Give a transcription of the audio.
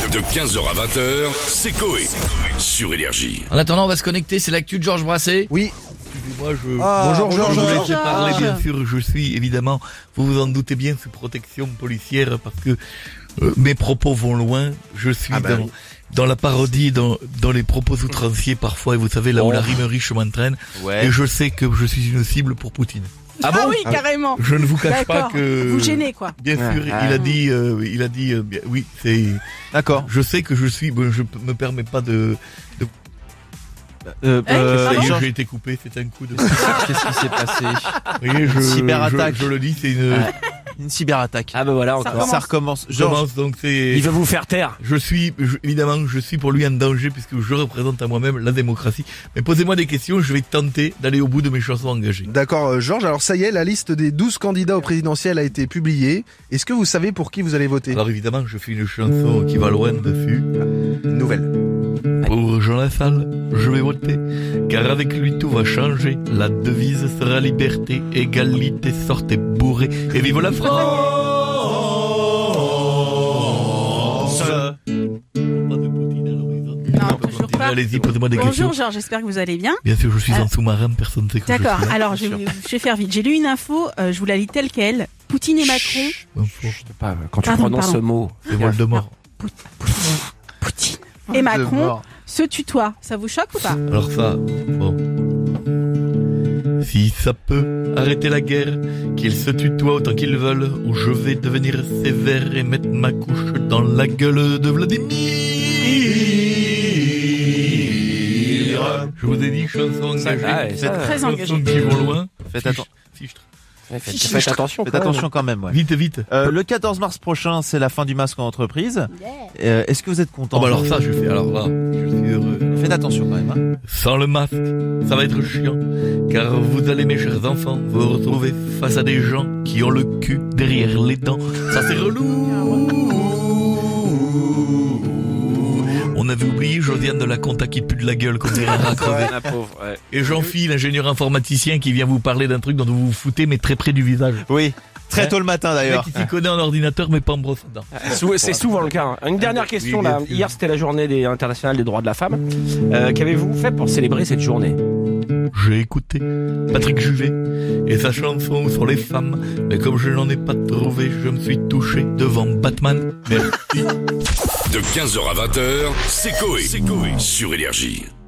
De 15h à 20h, c'est Coé. Sur Énergie. En attendant, on va se connecter, c'est l'actu de Georges Brassens. Oui. Excusez-moi, Bonjour Georges. je vous laisse parler, bien sûr. Je suis évidemment, vous vous en doutez bien, sous protection policière parce que mes propos vont loin. Je suis dans la parodie, dans les propos outranciers parfois, et vous savez, là où la rime riche m'entraîne. Ouais. Et je sais que je suis une cible pour Poutine. Ah bon? Oui, carrément. Je ne vous cache pas que... Vous gênez, quoi. Bien sûr, il a dit, oui, c'est... D'accord. Je sais que je suis, je me permets pas de... J'ai été coupé, c'est un coup de... Qu'est-ce qui s'est passé? Vous voyez, cyberattaque. Je le dis, c'est Une cyberattaque. Ah ben voilà, encore. Ça recommence. Georges, donc c'est... Il veut vous faire taire. Évidemment, je suis pour lui en danger puisque je représente à moi-même la démocratie. Mais posez-moi des questions, je vais tenter d'aller au bout de mes chansons engagées. D'accord, Georges. Alors ça y est, la liste des 12 candidats au présidentiel a été publiée. Est-ce que vous savez pour qui vous allez voter? Alors évidemment, je fais une chanson qui va loin dessus. Nouvelle. Pour Jean Lassalle, je vais voter, car avec lui tout va changer. La devise sera liberté, égalité, sortez bourré, et vive la France! Pas de Poutine à l'horizon. Non, toujours pas. Allez-y, posez-moi des questions. Bonjour Georges, j'espère que vous allez bien. Bien sûr, je suis en sous-marin, personne ne sait que je suis D'accord, là. alors je vais faire vite. J'ai lu une info, je vous la lis telle quelle. Poutine et Macron. Pas, quand tu Pardon, prononces pardon. ce mot. C'est Voldemort. Poutine et Macron se tutoient. Ça vous choque ou pas? Alors ça, bon. Si ça peut arrêter la guerre, qu'ils se tutoient autant qu'ils veulent, ou je vais devenir sévère et mettre ma couche dans la gueule de Vladimir. Je vous ai dit chanson engagée. Très engagé. Chansons qui vont loin. Faites attention. Faites attention. Faites attention quand même. Ouais. Vite. Le 14 mars prochain, c'est la fin du masque en entreprise. Est-ce que vous êtes content? Oh bah alors ça, je fais. Alors là, je suis heureux. Faites attention quand même. Hein. Sans le masque, ça va être chiant, car vous allez, mes chers enfants, vous retrouver face à des gens qui ont le cul derrière les dents. Ça c'est relou. On avait oublié Josiane de la Conta qui pue de la gueule comme dirait un rat crevé. La pauvre, ouais. Et Jean-Phil, l'ingénieur informaticien qui vient vous parler d'un truc dont vous vous foutez mais très près du visage. Oui. Très tôt le matin d'ailleurs. Le mec qui s'y connaît en ordinateur mais pas en brosse à dents. C'est souvent le cas. Une dernière question là. Hier c'était la journée internationale des droits de la femme. Qu'avez-vous fait pour célébrer cette journée? J'ai écouté Patrick Juvet et sa chanson sur les femmes, mais comme je n'en ai pas trouvé, je me suis touché devant Batman. Merci. De 15h à 20h, c'est Coé. Sur Énergie.